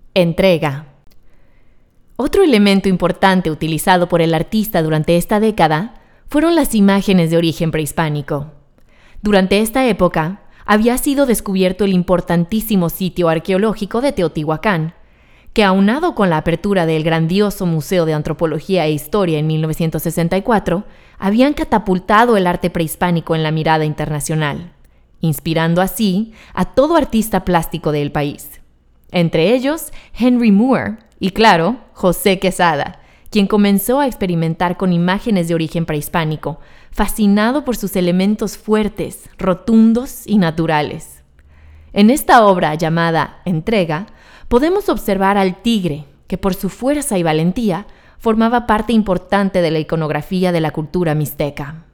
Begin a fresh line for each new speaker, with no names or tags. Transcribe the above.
Entrega. Otro elemento importante utilizado por el artista durante esta década fueron las imágenes de origen prehispánico. Durante esta época, había sido descubierto el importantísimo sitio arqueológico de Teotihuacán, que aunado con la apertura del grandioso Museo de Antropología e Historia en 1964, habían catapultado el arte prehispánico en la mirada internacional, inspirando así a todo artista plástico del país. Entre ellos, Henry Moore y, claro, José Quesada, quien comenzó a experimentar con imágenes de origen prehispánico, fascinado por sus elementos fuertes, rotundos y naturales. En esta obra llamada Entrega, podemos observar al tigre, que por su fuerza y valentía formaba parte importante de la iconografía de la cultura mixteca.